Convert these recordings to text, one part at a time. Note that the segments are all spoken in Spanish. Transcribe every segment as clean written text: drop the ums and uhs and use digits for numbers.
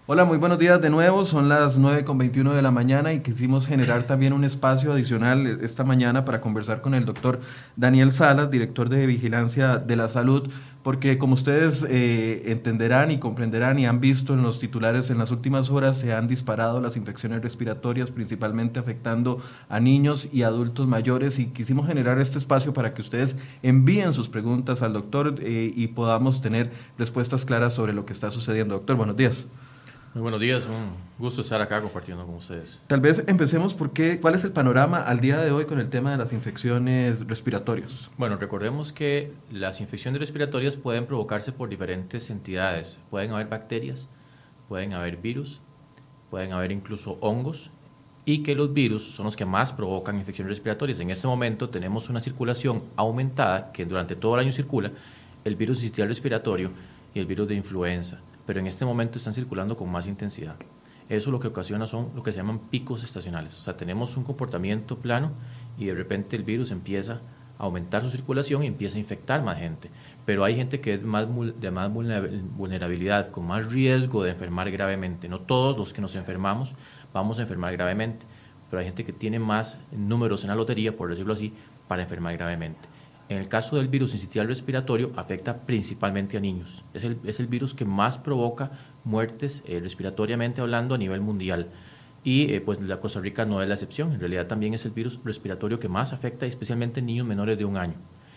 Hola, muy buenos días de nuevo. Son las 9:21 de la mañana y quisimos generar también un espacio adicional esta mañana para conversar con el doctor Daniel Salas, director de Vigilancia de la Salud, porque como ustedes entenderán y comprenderán y han visto en los titulares en las últimas horas, se han disparado las infecciones respiratorias, principalmente afectando a niños y adultos mayores, y quisimos generar este espacio para que ustedes envíen sus preguntas al doctor y podamos tener respuestas claras sobre lo que está sucediendo. Doctor, buenos días. Muy buenos días, un gusto estar acá compartiendo con ustedes. Tal vez empecemos ¿cuál es el panorama al día de hoy con el tema de las infecciones respiratorias? Bueno, recordemos que las infecciones respiratorias pueden provocarse por diferentes entidades. Pueden haber bacterias, pueden haber virus, pueden haber incluso hongos, y que los virus son los que más provocan infecciones respiratorias. En este momento tenemos una circulación aumentada que durante todo el año circula, el virus sincitial respiratorio y el virus de influenza, pero en este momento están circulando con más intensidad. Eso lo que ocasiona son lo que se llaman picos estacionales. O sea, tenemos un comportamiento plano y de repente el virus empieza a aumentar su circulación y empieza a infectar más gente. Pero hay gente que es de más vulnerabilidad, con más riesgo de enfermar gravemente. No todos los que nos enfermamos vamos a enfermar gravemente, pero hay gente que tiene más números en la lotería, por decirlo así, para enfermar gravemente. En el caso del virus sincitial respiratorio, afecta principalmente a niños. Es el virus que más provoca muertes respiratoriamente hablando a nivel mundial. Y pues la Costa Rica no es la excepción. En realidad también es el virus respiratorio que más afecta, especialmente en niños menores de un año.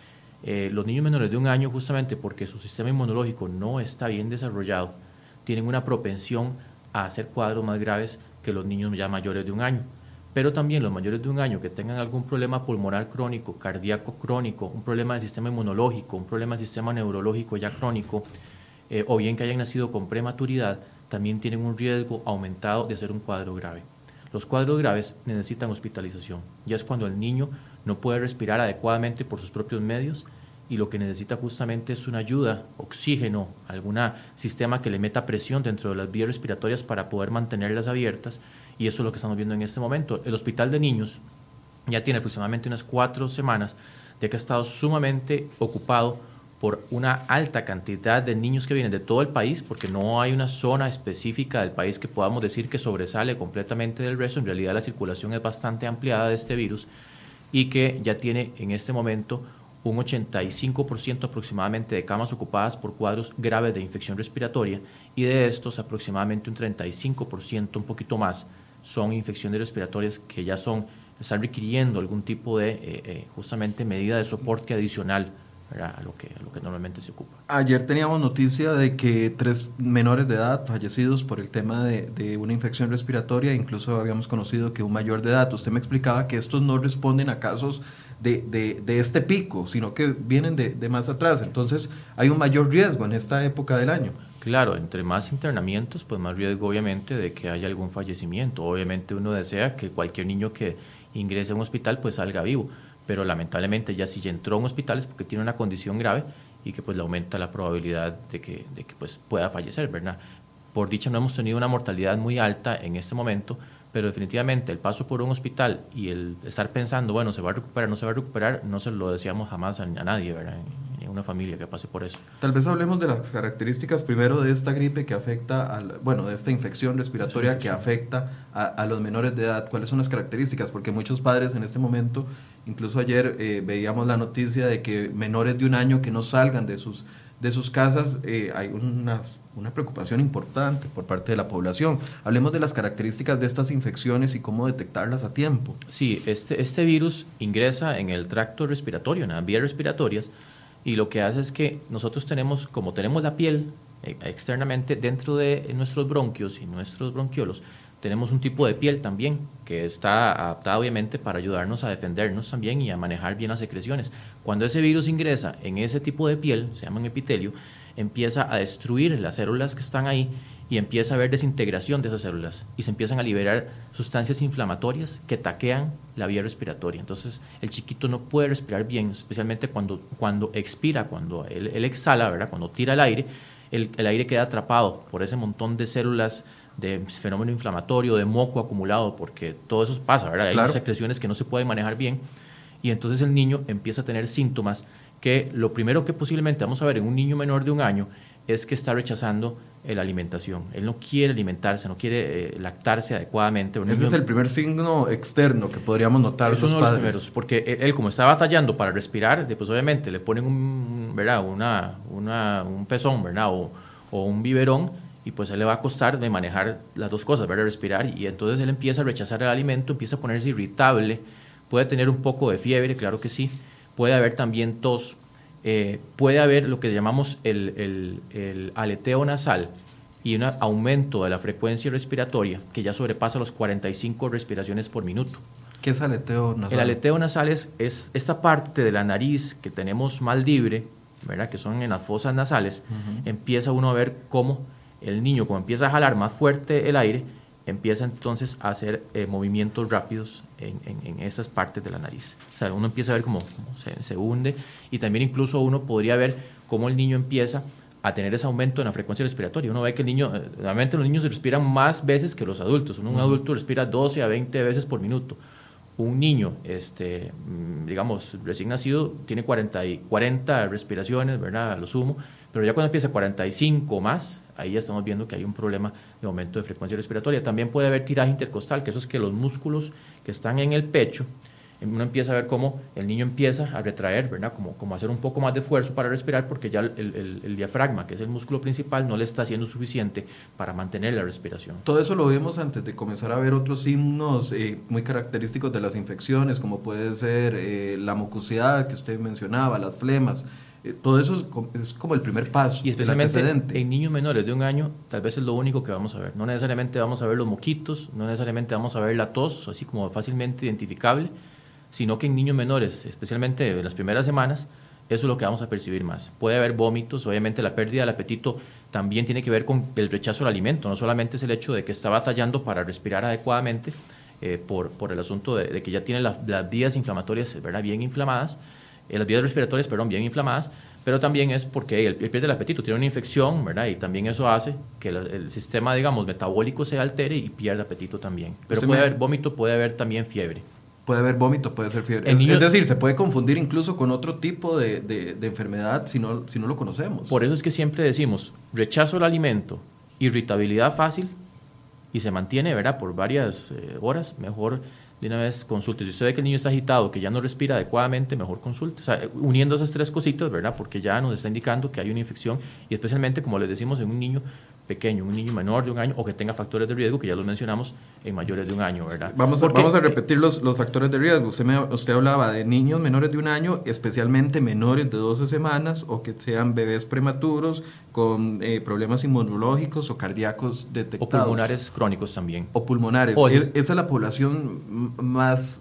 Los niños menores de un año, justamente porque su sistema inmunológico no está bien desarrollado, tienen una propensión a hacer cuadros más graves que los niños ya mayores de un año. Pero también los mayores de un año que tengan algún problema pulmonar crónico, cardíaco crónico, un problema del sistema inmunológico, un problema del sistema neurológico ya crónico, o bien que hayan nacido con prematuridad, también tienen un riesgo aumentado de hacer un cuadro grave. Los cuadros graves necesitan hospitalización. Ya es cuando el niño no puede respirar adecuadamente por sus propios medios y lo que necesita justamente es una ayuda, oxígeno, algún sistema que le meta presión dentro de las vías respiratorias para poder mantenerlas abiertas, y eso es lo que estamos viendo en este momento. El hospital de niños ya tiene aproximadamente unas 4 semanas de que ha estado sumamente ocupado por una alta cantidad de niños que vienen de todo el país, porque no hay una zona específica del país que podamos decir que sobresale completamente del resto. En realidad la circulación es bastante ampliada de este virus y que ya tiene en este momento un 85% aproximadamente de camas ocupadas por cuadros graves de infección respiratoria, y de estos aproximadamente un 35%, un poquito más, son infecciones respiratorias que ya están requiriendo algún tipo de justamente medida de soporte adicional, ¿verdad? A lo que normalmente se ocupa. Ayer teníamos noticia de que 3 menores de edad fallecidos por el tema de una infección respiratoria, incluso habíamos conocido que un mayor de edad. Usted me explicaba que estos no responden a casos de este pico, sino que vienen de más atrás. Entonces hay un mayor riesgo en esta época del año. Claro, entre más internamientos, pues más riesgo obviamente de que haya algún fallecimiento. Obviamente uno desea que cualquier niño que ingrese a un hospital pues salga vivo, pero lamentablemente ya si ya entró a un hospital es porque tiene una condición grave y que pues le aumenta la probabilidad de que pues pueda fallecer, ¿verdad? Por dicha no hemos tenido una mortalidad muy alta en este momento, pero definitivamente el paso por un hospital y el estar pensando, bueno, se va a recuperar, no se va a recuperar, no se lo deseamos jamás a nadie, ¿verdad? Ni a una familia que pase por eso. Tal vez hablemos de las características primero de esta gripe que afecta, de esta infección respiratoria que afecta a los menores de edad. ¿Cuáles son las características? Porque muchos padres en este momento, incluso ayer veíamos la noticia de que menores de un año que no salgan de sus casas, hay una preocupación importante por parte de la población. Hablemos de las características de estas infecciones y cómo detectarlas a tiempo. Sí, este virus ingresa en el tracto respiratorio, en las vías respiratorias, y lo que hace es que nosotros como tenemos la piel externamente dentro de nuestros bronquios y nuestros bronquiolos, tenemos un tipo de piel también que está adaptada obviamente para ayudarnos a defendernos también y a manejar bien las secreciones. Cuando ese virus ingresa en ese tipo de piel, se llama epitelio, empieza a destruir las células que están ahí y empieza a haber desintegración de esas células y se empiezan a liberar sustancias inflamatorias que taquean la vía respiratoria. Entonces el chiquito no puede respirar bien, especialmente cuando expira, cuando él exhala, ¿verdad? Cuando tira el aire, el aire queda atrapado por ese montón de células de fenómeno inflamatorio, de moco acumulado, porque todo eso pasa, ¿verdad? Claro. Hay secreciones que no se pueden manejar bien y entonces el niño empieza a tener síntomas que lo primero que posiblemente vamos a ver en un niño menor de un año es que está rechazando la alimentación. Él no quiere alimentarse, no quiere lactarse adecuadamente. Ese es el primer signo externo que podríamos notar los padres. Es uno de los primeros, porque él como está batallando para respirar, pues obviamente le ponen un pezón, ¿verdad? O un biberón, y pues a él le va a costar de manejar las dos cosas, ¿verdad? Respirar, y entonces él empieza a rechazar el alimento, empieza a ponerse irritable, puede tener un poco de fiebre, claro que sí, puede haber también tos, puede haber lo que llamamos el aleteo nasal y un aumento de la frecuencia respiratoria que ya sobrepasa los 45 respiraciones por minuto. ¿Qué es aleteo nasal? El aleteo nasal es esta parte de la nariz que tenemos mal libre, ¿verdad? Que son en las fosas nasales. Empieza uno a ver cómo el niño, como empieza a jalar más fuerte el aire, empieza entonces a hacer movimientos rápidos en esas partes de la nariz. O sea, uno empieza a ver cómo se hunde, y también incluso uno podría ver cómo el niño empieza a tener ese aumento en la frecuencia respiratoria. Uno ve que el niño, realmente los niños respiran más veces que los adultos. Un adulto respira 12 a 20 veces por minuto. Un niño, digamos, recién nacido, tiene 40 respiraciones, ¿verdad? A lo sumo, pero ya cuando empieza 45 más, ahí ya estamos viendo que hay un problema de aumento de frecuencia respiratoria. También puede haber tiraje intercostal, que eso es que los músculos que están en el pecho, uno empieza a ver cómo el niño empieza a retraer, ¿verdad? Como hacer un poco más de esfuerzo para respirar, porque ya el diafragma, que es el músculo principal, no le está haciendo suficiente para mantener la respiración. Todo eso lo vemos antes de comenzar a ver otros signos muy característicos de las infecciones, como puede ser la mucosidad que usted mencionaba, las flemas. Todo eso es como el primer paso. Y especialmente en niños menores de 1 año, tal vez es lo único que vamos a ver. No necesariamente vamos a ver los moquitos, no necesariamente vamos a ver la tos, así como fácilmente identificable, sino que en niños menores, especialmente en las primeras semanas, eso es lo que vamos a percibir más. Puede haber vómitos, obviamente la pérdida del apetito también tiene que ver con el rechazo al alimento, no solamente es el hecho de que está batallando para respirar adecuadamente, por el asunto de que ya tiene las vías inflamatorias, ¿verdad? Bien inflamadas, las vías respiratorias, perdón, bien inflamadas, pero también es porque él pierde el apetito, tiene una infección, ¿verdad? Y también eso hace que el sistema, digamos, metabólico se altere y pierda apetito también. Pero puede haber vómito, puede haber también fiebre. Puede haber vómito, puede ser fiebre. Es decir, se puede confundir incluso con otro tipo de enfermedad si no lo conocemos. Por eso es que siempre decimos, rechazo al alimento, irritabilidad fácil, y se mantiene, ¿verdad?, por varias horas, mejor de una vez consulte. Si usted ve que el niño está agitado, que ya no respira adecuadamente, mejor consulte. O sea, uniendo esas tres cositas, ¿verdad?, porque ya nos está indicando que hay una infección, y especialmente, como les decimos, en un niño pequeño, un niño menor de 1 año, o que tenga factores de riesgo, que ya los mencionamos, en mayores de 1 año, ¿verdad? Vamos a repetir los factores de riesgo. Usted hablaba de niños menores de 1 año, especialmente menores de 12 semanas, o que sean bebés prematuros, con problemas inmunológicos o cardíacos detectados. O pulmonares crónicos también. O pulmonares. Esa es la población más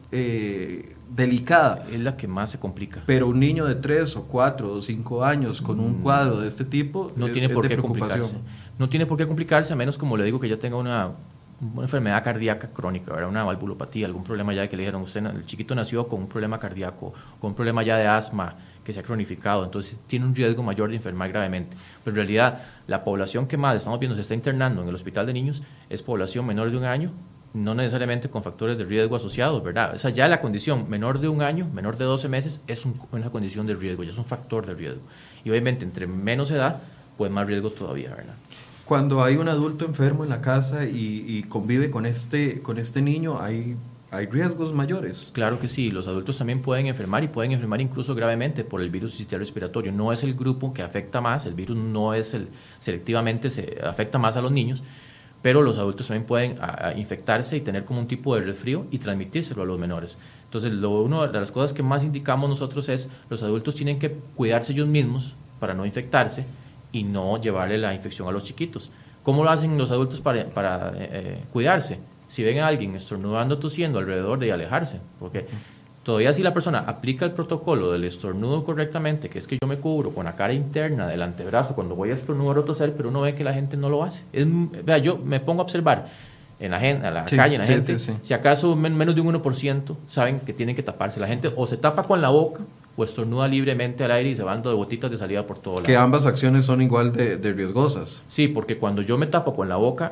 delicada. Es la que más se complica. Pero un niño de 3 o 4 o 5 años con un cuadro de este tipo no tiene por qué complicarse. No tiene por qué complicarse, a menos, como le digo, que ya tenga una enfermedad cardíaca crónica, ¿verdad? Una valvulopatía, algún problema ya que le dijeron, el chiquito nació con un problema cardíaco, con un problema ya de asma que se ha cronificado, entonces tiene un riesgo mayor de enfermar gravemente. Pero en realidad, la población que más estamos viendo se está internando en el hospital de niños es población menor de 1 año, no necesariamente con factores de riesgo asociados, ¿verdad? O sea, ya la condición menor de 1 año, menor de 12 meses, es una condición de riesgo, ya es un factor de riesgo. Y obviamente, entre menos edad, pues más riesgo todavía, ¿verdad? Cuando hay un adulto enfermo en la casa y convive con este niño, ¿hay riesgos mayores? Claro que sí, los adultos también pueden enfermar, y pueden enfermar incluso gravemente por el virus sincicial respiratorio. No es el grupo que afecta más, el virus no es selectivamente se afecta más a los niños, pero los adultos también pueden infectarse y tener como un tipo de resfrío y transmitírselo a los menores. Entonces, una de las cosas que más indicamos nosotros es los adultos tienen que cuidarse ellos mismos para no infectarse y no llevarle la infección a los chiquitos. ¿Cómo lo hacen los adultos para cuidarse? Si ven a alguien estornudando, tosiendo alrededor, de alejarse, porque todavía si la persona aplica el protocolo del estornudo correctamente, que es que yo me cubro con la cara interna del antebrazo cuando voy a estornudar o toser, pero uno ve que la gente no lo hace. Yo me pongo a observar en la calle, en la gente, si acaso menos de un 1% saben que tienen que taparse. La gente o se tapa con la boca o estornuda libremente al aire y se van de gotitas de salida por todo lado. Que ambas acciones son igual de riesgosas. Sí, porque cuando yo me tapo con la boca,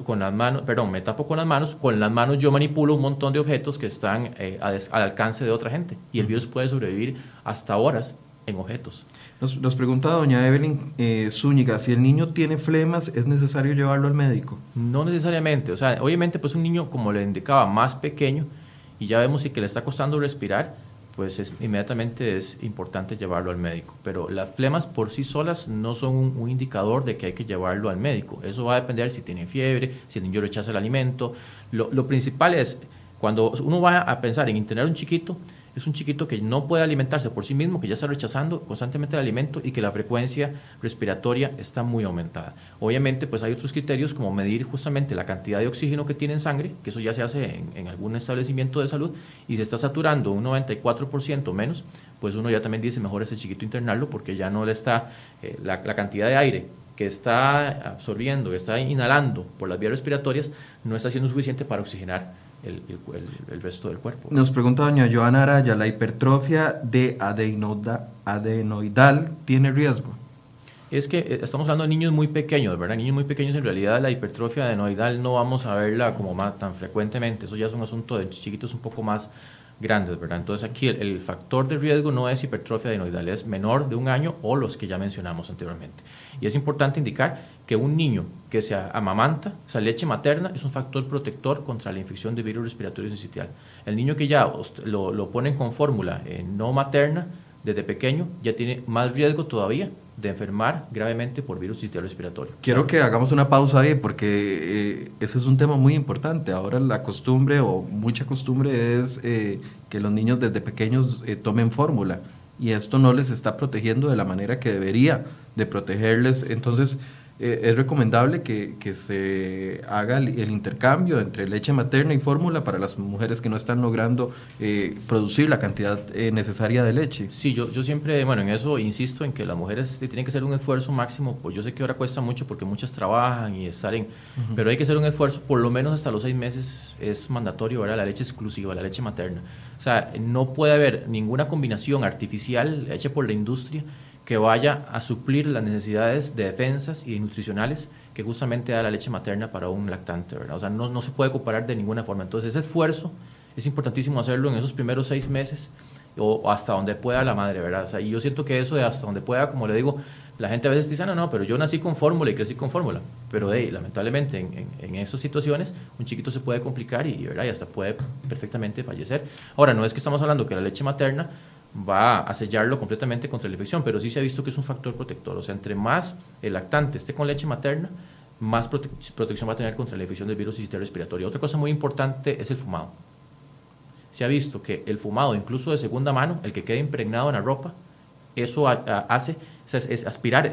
me tapo con las manos yo manipulo un montón de objetos que están al alcance de otra gente, y el virus puede sobrevivir hasta horas en objetos. Nos pregunta doña Evelyn Zúñiga, si el niño tiene flemas, ¿es necesario llevarlo al médico? No necesariamente, o sea, obviamente pues un niño, como le indicaba, más pequeño, y ya vemos que le está costando respirar, pues inmediatamente es importante llevarlo al médico. Pero las flemas por sí solas no son un indicador de que hay que llevarlo al médico. Eso va a depender si tiene fiebre, si el niño rechaza el alimento. Lo principal es, cuando uno va a pensar en internar un chiquito, es un chiquito que no puede alimentarse por sí mismo, que ya está rechazando constantemente el alimento y que la frecuencia respiratoria está muy aumentada. Obviamente, pues hay otros criterios como medir justamente la cantidad de oxígeno que tiene en sangre, que eso ya se hace en algún establecimiento de salud, y se está saturando un 94% menos, pues uno ya también dice mejor a ese chiquito internarlo porque ya no le está la cantidad de aire que está absorbiendo, que está inhalando por las vías respiratorias, no está siendo suficiente para oxigenar el resto del cuerpo. Nos pregunta doña Joana Araya, ¿la hipertrofia de adenoidal tiene riesgo? Es que estamos hablando de niños muy pequeños, ¿verdad? Niños muy pequeños, en realidad la hipertrofia adenoidal no vamos a verla como tan frecuentemente, eso ya es un asunto de chiquitos un poco más grandes, ¿verdad? Entonces aquí el factor de riesgo no es hipertrofia adenoidal, es menor de 1 año o los que ya mencionamos anteriormente. Y es importante indicar que un niño que se amamanta, o sea, leche materna, es un factor protector contra la infección de virus respiratorio sincitial. El niño que ya lo ponen con fórmula no materna, desde pequeño, ya tiene más riesgo todavía de enfermar gravemente por virus sincitial respiratorio. Quiero que hagamos una pausa ahí porque ese es un tema muy importante. Ahora la costumbre o mucha costumbre es que los niños desde pequeños tomen fórmula y esto no les está protegiendo de la manera que debería de protegerles. Entonces es recomendable que se haga el intercambio entre leche materna y fórmula para las mujeres que no están logrando producir la cantidad necesaria de leche. Sí, yo siempre, en eso insisto en que las mujeres tienen que hacer un esfuerzo máximo, pues yo sé que ahora cuesta mucho porque muchas trabajan y pero hay que hacer un esfuerzo, por lo menos hasta los 6 meses es mandatorio, ¿verdad? La leche exclusiva, la leche materna. O sea, no puede haber ninguna combinación artificial hecha por la industria que vaya a suplir las necesidades de defensas y nutricionales que justamente da la leche materna para un lactante, ¿verdad? O sea, no se puede comparar de ninguna forma. Entonces, ese esfuerzo es importantísimo hacerlo en esos primeros 6 meses o hasta donde pueda la madre, ¿verdad? O sea, y yo siento que eso de hasta donde pueda, como le digo, la gente a veces dice, no, pero yo nací con fórmula y crecí con fórmula. Pero lamentablemente en esas situaciones un chiquito se puede complicar ¿verdad? Y hasta puede perfectamente fallecer. Ahora, no es que estamos hablando que la leche materna va a sellarlo completamente contra la infección, pero sí se ha visto que es un factor protector. O sea, entre más el lactante esté con leche materna, más protección va a tener contra la infección del virus sincitial respiratorio. Otra cosa muy importante es el fumado. Se ha visto que el fumado, incluso de segunda mano, el que quede impregnado en la ropa, eso hace, o sea, es aspirar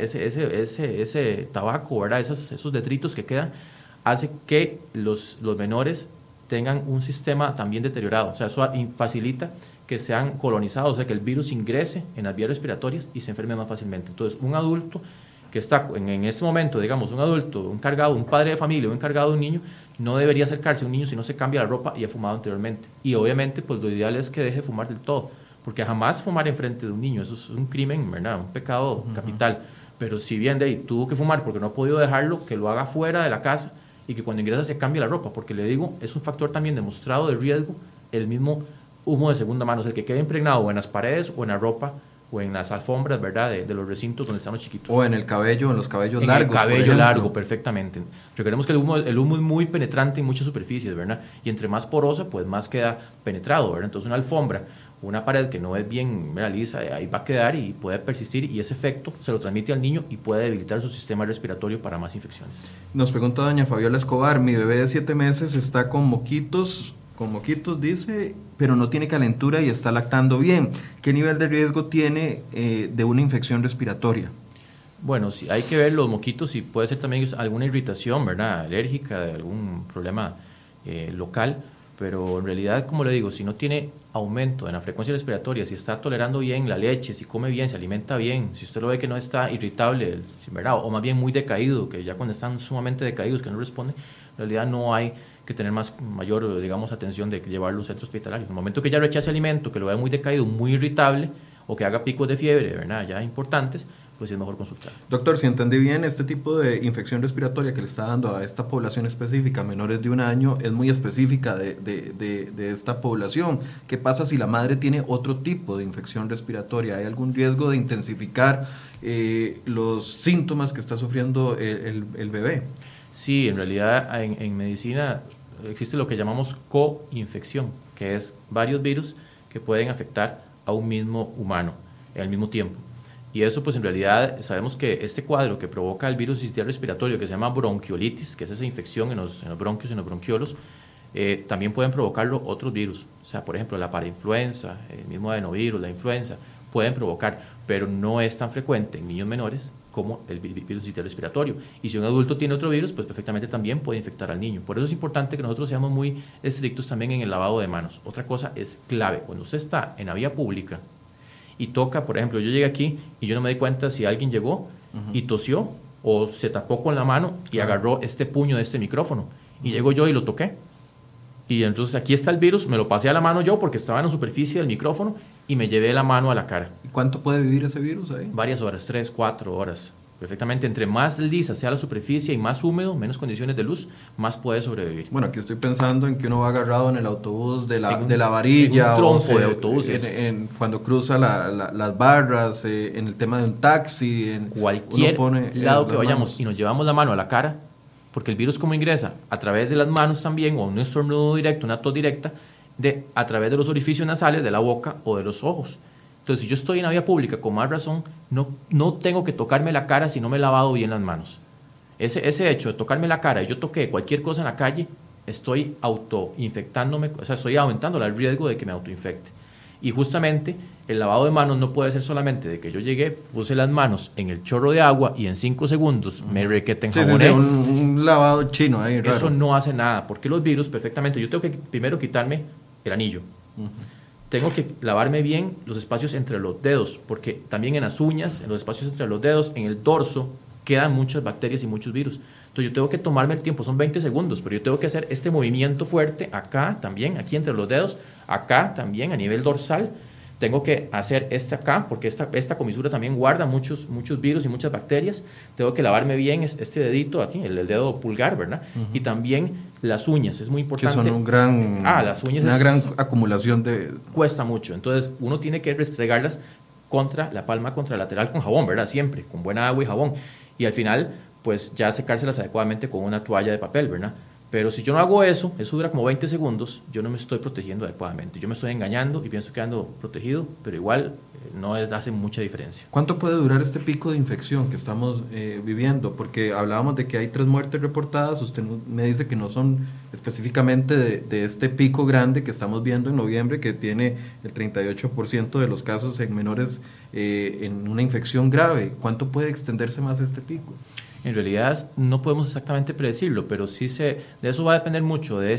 ese tabaco, ¿verdad? Esos detritos que quedan, hace que los menores tengan un sistema también deteriorado. O sea, eso facilita que sean colonizados, o sea, que el virus ingrese en las vías respiratorias y se enferme más fácilmente. Entonces, un adulto que está en este momento, digamos, un adulto, un cargado, un padre de familia, un encargado de un niño, no debería acercarse a un niño si no se cambia la ropa y ha fumado anteriormente. Y obviamente, pues lo ideal es que deje de fumar del todo, porque jamás fumar enfrente de un niño, eso es un crimen, ¿verdad? Un pecado capital. Pero si bien de ahí tuvo que fumar porque no ha podido dejarlo, que lo haga fuera de la casa y que cuando ingresa se cambie la ropa, porque le digo, es un factor también demostrado de riesgo, el mismo humo de segunda mano, o sea, el que quede impregnado o en las paredes o en la ropa o en las alfombras, ¿verdad? De los recintos donde están los chiquitos. O en el cabello, en los cabellos largos. En el cabello largo, perfectamente. Recordemos que el humo es muy penetrante en muchas superficies, ¿verdad? Y entre más porosa, pues más queda penetrado, ¿verdad? Entonces una alfombra, una pared que no es bien lisa, ahí va a quedar y puede persistir y ese efecto se lo transmite al niño y puede debilitar su sistema respiratorio para más infecciones. Nos pregunta doña Fabiola Escobar, mi bebé de 7 meses está con moquitos dice, pero no tiene calentura y está lactando bien. ¿Qué nivel de riesgo tiene de una infección respiratoria? Bueno, sí, hay que ver los moquitos y puede ser también alguna irritación, ¿verdad? Alérgica, de algún problema local, pero en realidad, como le digo, si no tiene aumento en la frecuencia respiratoria, si está tolerando bien la leche, si come bien, se alimenta bien, si usted lo ve que no está irritable, ¿verdad? O más bien muy decaído, que ya cuando están sumamente decaídos, que no responden, en realidad no hay que tener mayor, digamos, atención de llevarlo a un centro hospitalario. En el momento que ya rechace alimento, que lo vea muy decaído, muy irritable, o que haga picos de fiebre, ¿verdad? Ya importantes, pues sí es mejor consultar. Doctor, si entendí bien, este tipo de infección respiratoria que le está dando a esta población específica, menores de 1 año, es muy específica de esta población. ¿Qué pasa si la madre tiene otro tipo de infección respiratoria? ¿Hay algún riesgo de intensificar los síntomas que está sufriendo el bebé? Sí, en realidad en medicina existe lo que llamamos coinfección, que es varios virus que pueden afectar a un mismo humano al mismo tiempo. Y eso, pues en realidad sabemos que este cuadro que provoca el virus sincitial respiratorio, que se llama bronquiolitis, que es esa infección en los bronquios, en los bronquiolos, también pueden provocarlo otros virus. O sea, por ejemplo, la parainfluenza, el mismo adenovirus, la influenza, pueden provocar, pero no es tan frecuente en niños menores como el virus sincitial respiratorio. Y si un adulto tiene otro virus, pues perfectamente también puede infectar al niño. Por eso es importante que nosotros seamos muy estrictos también en el lavado de manos. Otra cosa es clave, cuando usted está en la vía pública y toca, por ejemplo, yo llegué aquí y yo no me di cuenta si alguien llegó y tosió o se tapó con la mano y agarró este puño de este micrófono. Y llego yo y lo toqué. Y entonces aquí está el virus, me lo pasé a la mano yo porque estaba en la superficie del micrófono y me llevé la mano a la cara. ¿Y cuánto puede vivir ese virus ahí? Varias horas, 3, 4 horas. Perfectamente, entre más lisa sea la superficie y más húmedo, menos condiciones de luz, más puede sobrevivir. Bueno, aquí estoy pensando en que uno va agarrado en el autobús de la varilla, en un trompo de autobuses. Cuando cruza las barras, en el tema de un taxi, en cualquier lado que vayamos y nos llevamos la mano a la cara, porque el virus como ingresa a través de las manos también, o un estornudo directo, una tos directa, a través de los orificios nasales, de la boca o de los ojos. Entonces, si yo estoy en la vía pública, con más razón, no tengo que tocarme la cara si no me he lavado bien las manos. Ese hecho de tocarme la cara y yo toqué cualquier cosa en la calle, estoy autoinfectándome, o sea, estoy aumentando el riesgo de que me autoinfecte. Y justamente el lavado de manos no puede ser solamente de que yo llegué, puse las manos en el chorro de agua y en 5 segundos me requete enjaboné. Sí, un lavado chino ahí, raro. Eso no hace nada, porque los virus perfectamente, yo tengo que primero quitarme el anillo. Tengo que lavarme bien los espacios entre los dedos, porque también en las uñas, en los espacios entre los dedos, en el dorso, quedan muchas bacterias y muchos virus. Entonces yo tengo que tomarme el tiempo, son 20 segundos, pero yo tengo que hacer este movimiento fuerte acá también, aquí entre los dedos, acá también a nivel dorsal. Tengo que hacer acá, porque esta comisura también guarda muchos virus y muchas bacterias. Tengo que lavarme bien este dedito aquí, el dedo pulgar, ¿verdad? Y también las uñas, es muy importante. Que son las uñas una gran acumulación de... Cuesta mucho, entonces uno tiene que restregarlas contra la palma contralateral con jabón, ¿verdad? Siempre, con buena agua y jabón. Y al final, pues ya secárselas adecuadamente con una toalla de papel, ¿verdad? Pero si yo no hago eso dura como 20 segundos, yo no me estoy protegiendo adecuadamente. Yo me estoy engañando y pienso que ando protegido, pero igual hace mucha diferencia. ¿Cuánto puede durar este pico de infección que estamos viviendo? Porque hablábamos de que hay 3 muertes reportadas, usted me dice que no son específicamente de este pico grande que estamos viendo en noviembre, que tiene el 38% de los casos en menores en una infección grave. ¿Cuánto puede extenderse más este pico? En realidad no podemos exactamente predecirlo, pero sí de eso va a depender mucho de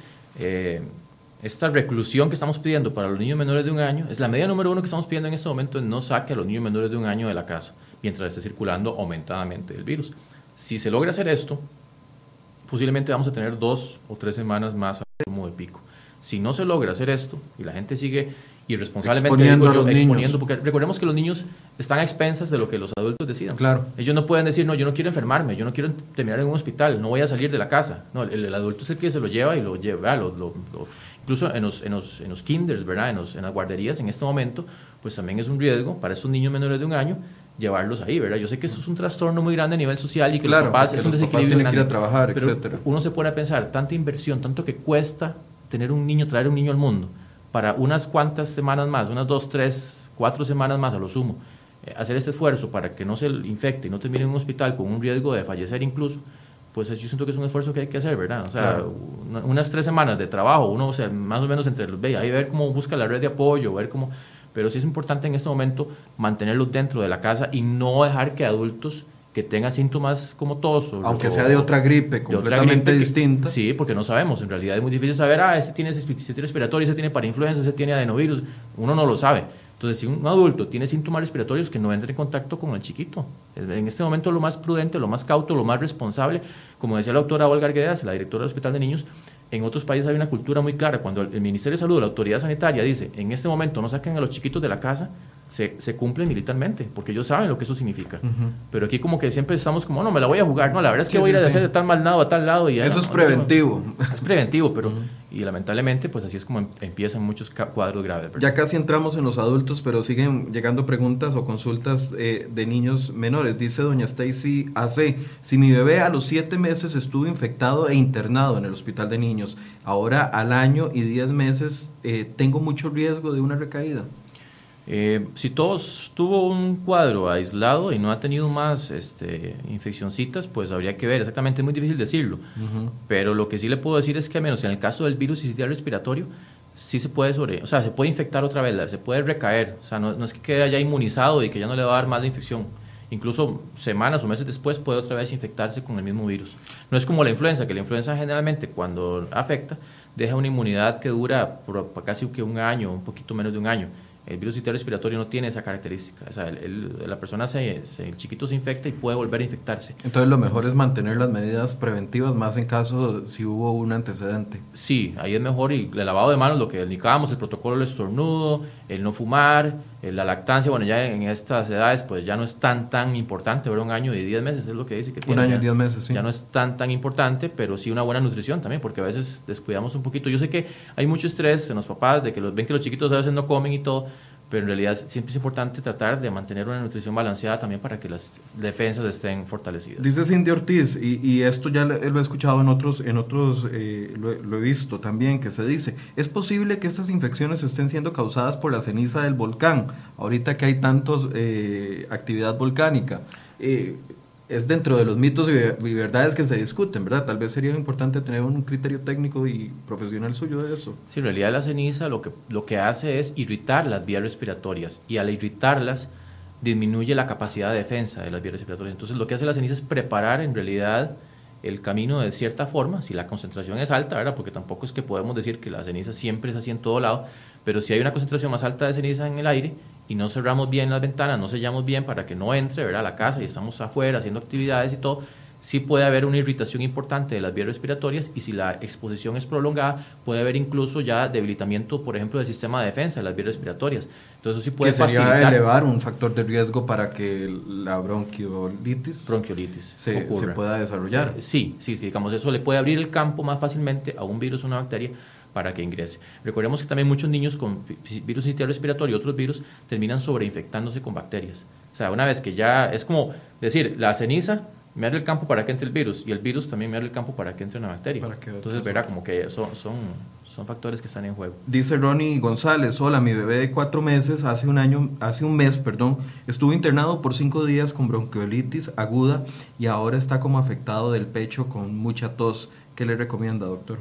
esta reclusión que estamos pidiendo para los niños menores de 1 año. Es la medida número 1 que estamos pidiendo en este momento, no saque a los niños menores de 1 año de la casa mientras esté circulando aumentadamente el virus. Si se logra hacer esto, posiblemente vamos a tener 2 o 3 semanas más como de pico. Si no se logra hacer esto y la gente sigue irresponsablemente exponiendo, porque recordemos que los niños están a expensas de lo que los adultos decidan. Claro. Ellos no pueden decir, no, yo no quiero enfermarme, yo no quiero terminar en un hospital, no voy a salir de la casa. No, el adulto es el que se lo lleva y lo lleva, incluso en los kinders, ¿verdad? En las guarderías en este momento, pues también es un riesgo para estos niños menores de 1 año llevarlos ahí, ¿verdad? Yo sé que eso es un trastorno muy grande a nivel social y que claro, los papás es un desequilibrio grande, que ir a trabajar, pero etcétera. Uno se pone a pensar, tanta inversión, tanto que cuesta traer un niño al mundo, para unas cuantas semanas más, unas 2, 3, 4 semanas más a lo sumo, hacer este esfuerzo para que no se infecte y no termine en un hospital con un riesgo de fallecer incluso, pues yo siento que es un esfuerzo que hay que hacer, ¿verdad? O sea, claro. Unas 3 semanas de trabajo, uno, o sea, más o menos entre los ve, ahí ver cómo busca la red de apoyo, ver cómo, pero sí es importante en este momento mantenerlos dentro de la casa y no dejar que adultos que tengan síntomas como tos aunque sea de otra gripe completamente distinta. Sí, porque no sabemos, en realidad es muy difícil saber, este tiene sistema respiratorio, este tiene parainfluenza, este tiene adenovirus, uno no lo sabe. Entonces, si un adulto tiene síntomas respiratorios, que no entre en contacto con el chiquito. En este momento lo más prudente, lo más cauto, lo más responsable, como decía la doctora Olga Arguedas, la directora del Hospital de Niños, en otros países hay una cultura muy clara. Cuando el Ministerio de Salud, la autoridad sanitaria dice, en este momento no saquen a los chiquitos de la casa, se cumplen militarmente, porque ellos saben lo que eso significa. Pero aquí como que siempre estamos como, no, me la voy a jugar, no, la verdad es que voy a ir a hacer de tal mal lado a tal lado. Y ya, eso es preventivo. Es preventivo, pero y lamentablemente pues así es como empiezan muchos cuadros graves, ¿verdad? Ya casi entramos en los adultos, pero siguen llegando preguntas o consultas de niños menores. Dice doña Stacy AC, si mi bebé a los 7 meses estuvo infectado e internado en el hospital de niños, ahora al año y 10 meses, ¿tengo mucho riesgo de una recaída? Si todos tuvo un cuadro aislado y no ha tenido más infeccioncitas, pues habría que ver, exactamente, es muy difícil decirlo, pero lo que sí le puedo decir es que al menos en el caso del virus sincitial respiratorio, sí se puede se puede infectar otra vez, se puede recaer, o sea, no es que quede ya inmunizado y que ya no le va a dar más la infección, incluso semanas o meses después puede otra vez infectarse con el mismo virus. No es como la influenza, que la influenza generalmente cuando afecta deja una inmunidad que dura por casi que un año, un poquito menos de un año. El virus sincitial respiratorio no tiene esa característica, o sea, la persona el chiquito se infecta y puede volver a infectarse. Entonces lo mejor es mantener las medidas preventivas, más en caso si hubo un antecedente. Sí, ahí es mejor, y el lavado de manos, lo que indicábamos, el protocolo del estornudo, el no fumar, la lactancia, bueno, ya en estas edades pues ya no es tan importante, ¿verdad? Un año y 10 meses es lo que dice que tiene. Un año y 10 meses, sí. Ya no es tan importante, pero sí una buena nutrición también, porque a veces descuidamos un poquito. Yo sé que hay mucho estrés en los papás, de que ven que los chiquitos a veces no comen y todo, pero en realidad siempre es importante tratar de mantener una nutrición balanceada también para que las defensas estén fortalecidas. Dice Cindy Ortiz, y esto ya lo he escuchado en otros lo he visto también, que se dice, ¿es posible que estas infecciones estén siendo causadas por la ceniza del volcán, ahorita que hay tantos actividad volcánica? Es dentro de los mitos y verdades que se discuten, ¿verdad? Tal vez sería importante tener un criterio técnico y profesional suyo de eso. Sí, en realidad la ceniza lo que hace es irritar las vías respiratorias, y al irritarlas disminuye la capacidad de defensa de las vías respiratorias. Entonces lo que hace la ceniza es preparar en realidad el camino de cierta forma, si la concentración es alta, ¿verdad? Porque tampoco es que podemos decir que la ceniza siempre es así en todo lado, pero si hay una concentración más alta de ceniza en el aire y no cerramos bien las ventanas, no sellamos bien para que no entre, ¿verdad?, a la casa, y estamos afuera haciendo actividades y todo, sí puede haber una irritación importante de las vías respiratorias, y si la exposición es prolongada puede haber incluso ya debilitamiento, por ejemplo, del sistema de defensa de las vías respiratorias. Entonces eso sí puede facilitar, elevar un factor de riesgo para que la bronquiolitis se pueda desarrollar. Sí, digamos, eso le puede abrir el campo más fácilmente a un virus o una bacteria para que ingrese. Recordemos que también muchos niños con virus sincitial respiratorio y otros virus terminan sobreinfectándose con bacterias. O sea, una vez que ya es como decir, la ceniza me abre el campo para que entre el virus, y el virus también me abre el campo para que entre una bacteria. Entonces verá como que son factores que están en juego. Dice Ronnie González, hola, mi bebé de 4 meses hace un mes, estuvo internado por 5 días con bronquiolitis aguda y ahora está como afectado del pecho con mucha tos. ¿Qué le recomienda, doctor?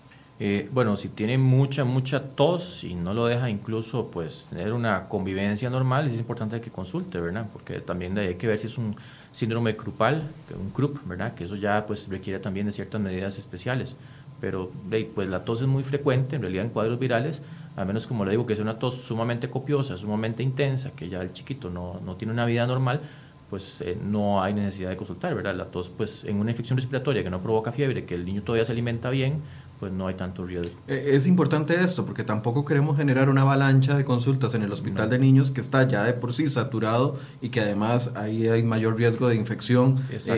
Bueno, si tiene mucha tos y no lo deja incluso pues tener una convivencia normal, es importante que consulte, ¿verdad? Porque también hay que ver si es un síndrome crupal, un CRUP, ¿verdad? Que eso ya pues requiere también de ciertas medidas especiales. Pero pues la tos es muy frecuente en realidad en cuadros virales, a menos, como le digo, que sea una tos sumamente copiosa, sumamente intensa, que ya el chiquito no tiene una vida normal, pues no hay necesidad de consultar, ¿verdad? La tos, pues en una infección respiratoria que no provoca fiebre, que el niño todavía se alimenta bien, pues no hay tanto riesgo. Es importante esto, porque tampoco queremos generar una avalancha de consultas en el hospital de niños que está ya de por sí saturado, y que además ahí hay mayor riesgo de infección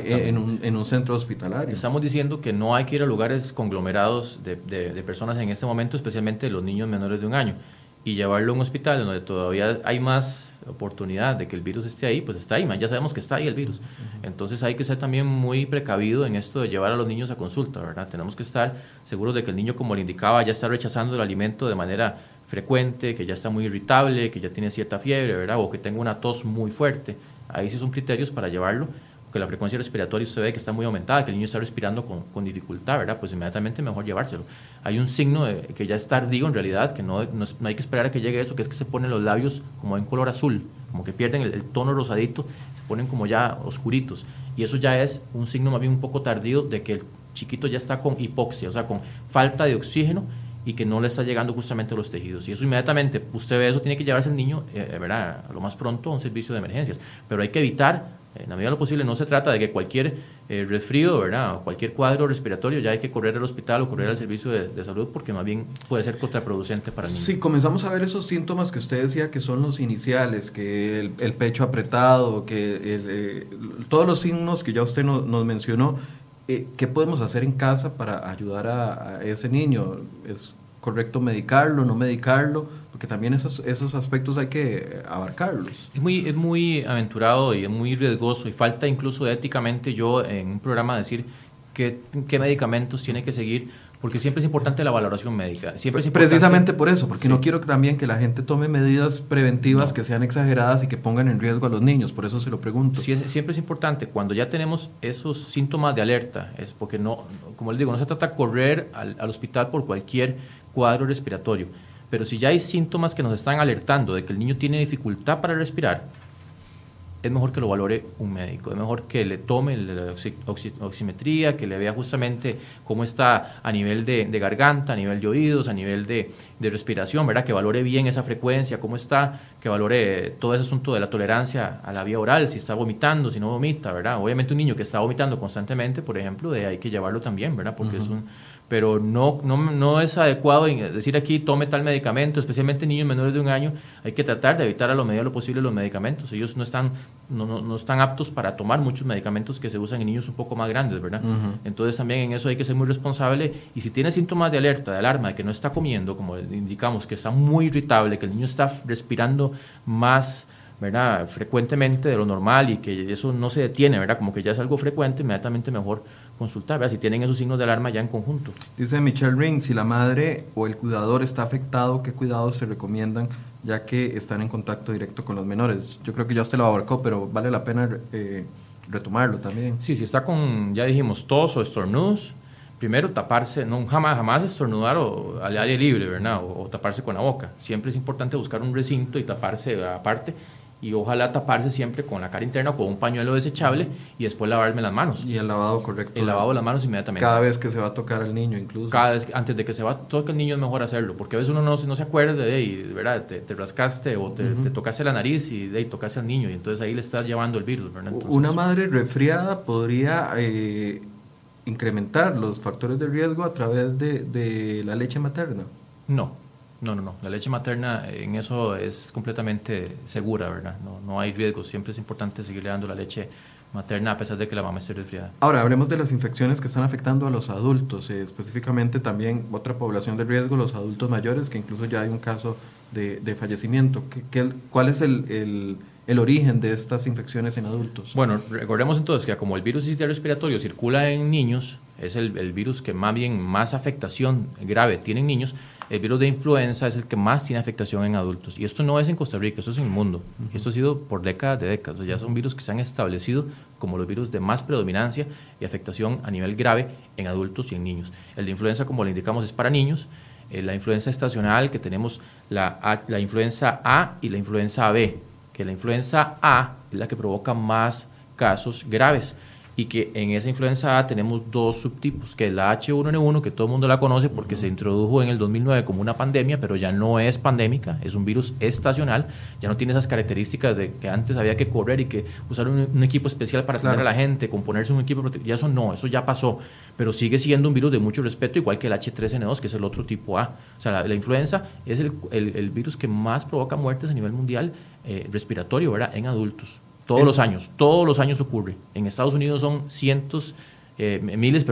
en un centro hospitalario. Estamos diciendo que no hay que ir a lugares conglomerados de personas en este momento, especialmente los niños menores de 1 año, y llevarlo a un hospital donde todavía hay más oportunidad de que el virus esté ahí, pues está ahí, ya sabemos que está ahí el virus. Entonces hay que ser también muy precavido en esto de llevar a los niños a consulta, ¿verdad? Tenemos que estar seguros de que el niño, como le indicaba, ya está rechazando el alimento de manera frecuente, que ya está muy irritable, que ya tiene cierta fiebre, ¿verdad? O que tenga una tos muy fuerte. Ahí sí son criterios para llevarlo, que la frecuencia respiratoria usted ve que está muy aumentada, que el niño está respirando con dificultad, ¿verdad? Pues inmediatamente mejor llevárselo. Hay un signo de que ya es tardío en realidad, que no hay que esperar a que llegue eso, que es que se ponen los labios como en color azul, como que pierden el tono rosadito, se ponen como ya oscuritos, y eso ya es un signo más bien un poco tardío de que el chiquito ya está con hipoxia, o sea, con falta de oxígeno, y que no le está llegando justamente a los tejidos. Y eso inmediatamente, usted ve eso, tiene que llevarse al niño, ¿verdad?, a lo más pronto a un servicio de emergencias. Pero hay que evitar, en la medida de lo posible, no se trata de que cualquier resfrío, ¿verdad?, o cualquier cuadro respiratorio ya hay que correr al hospital o correr al servicio de salud, porque más bien puede ser contraproducente para el niño. Sí, comenzamos a ver esos síntomas que usted decía que son los iniciales, que el pecho apretado, que todos los signos que ya usted nos mencionó. ¿Qué podemos hacer en casa para ayudar a ese niño? ¿Es correcto medicarlo, no medicarlo? Porque también esos aspectos hay que abarcarlos. Es muy aventurado y es muy riesgoso, y falta incluso éticamente yo en un programa decir qué medicamentos tiene que seguir, porque siempre es importante la valoración médica. Siempre es importante, precisamente por eso, porque sí, no quiero también que la gente tome medidas preventivas que sean exageradas y que pongan en riesgo a los niños, por eso se lo pregunto. Sí, siempre es importante, cuando ya tenemos esos síntomas de alerta, es porque no, como les digo, no se trata de correr al hospital por cualquier cuadro respiratorio, pero si ya hay síntomas que nos están alertando de que el niño tiene dificultad para respirar, es mejor que lo valore un médico, es mejor que le tome la oximetría, que le vea justamente cómo está a nivel de garganta, a nivel de oídos, a nivel de respiración, ¿verdad?, que valore bien esa frecuencia, cómo está, que valore todo ese asunto de la tolerancia a la vía oral, si está vomitando, si no vomita, ¿verdad? Obviamente un niño que está vomitando constantemente, por ejemplo, hay que llevarlo también, ¿verdad?, porque pero no es adecuado decir aquí tome tal medicamento, especialmente niños menores de 1 año. Hay que tratar de evitar a lo medida de lo posible los medicamentos. Ellos no están aptos para tomar muchos medicamentos que se usan en niños un poco más grandes, ¿verdad? Entonces también en eso hay que ser muy responsable, y si tiene síntomas de alerta, de alarma, de que no está comiendo, como indicamos, que está muy irritable, que el niño está respirando más, ¿verdad?, frecuentemente de lo normal, y que eso no se detiene, ¿verdad?, como que ya es algo frecuente, inmediatamente mejor consultar, ¿verdad?, si tienen esos signos de alarma ya en conjunto. Dice Michelle Ring, si la madre o el cuidador está afectado, ¿qué cuidados se recomiendan ya que están en contacto directo con los menores? Yo creo que ya usted lo abarcó, pero vale la pena retomarlo también. Sí, si está con, ya dijimos, tos o estornudos, primero taparse, no jamás estornudar al aire libre, ¿verdad?, o taparse con la boca. Siempre es importante buscar un recinto y taparse aparte, y ojalá taparse siempre con la cara interna o con un pañuelo desechable, y después lavarme las manos. Y el lavado correcto. El lavado de las manos inmediatamente. Cada vez que se va a tocar al niño, incluso. Cada vez, antes de que se va a tocar el niño, es mejor hacerlo, porque a veces uno no se acuerda ¿verdad?, te rascaste o te tocaste la nariz y tocaste al niño, y entonces ahí le estás llevando el virus, ¿verdad? Entonces, una madre resfriada podría incrementar los factores de riesgo a través de la leche materna. No. La leche materna en eso es completamente segura, ¿verdad? No hay riesgos. Siempre es importante seguirle dando la leche materna a pesar de que la mamá esté resfriada. Ahora, hablemos de las infecciones que están afectando a los adultos, específicamente también otra población de riesgo, los adultos mayores, que incluso ya hay un caso de fallecimiento. ¿Cuál es el origen de estas infecciones en adultos? Bueno, recordemos entonces que como el virus respiratorio circula en niños, es el virus que más afectación grave tiene en niños. El virus de influenza es el que más tiene afectación en adultos. Y esto no es en Costa Rica, esto es en el mundo. Y esto ha sido por décadas. O sea, ya son virus que se han establecido como los virus de más predominancia y afectación a nivel grave en adultos y en niños. El de influenza, como le indicamos, es para niños. La influenza estacional, que tenemos la influenza A y la influenza B, que la influenza A es la que provoca más casos graves, y que en esa influenza A tenemos 2 subtipos, que es la H1N1, que todo el mundo la conoce porque se introdujo en el 2009 como una pandemia, pero ya no es pandémica, es un virus estacional, ya no tiene esas características de que antes había que correr y que usar un equipo especial para atender a la gente, componerse un equipo, ya eso no, eso ya pasó, pero sigue siendo un virus de mucho respeto, igual que el H3N2, que es el otro tipo A. O sea, la influenza es el virus que más provoca muertes a nivel mundial respiratorio, ¿verdad?, en adultos. Todos los años ocurre. En Estados Unidos son cientos de miles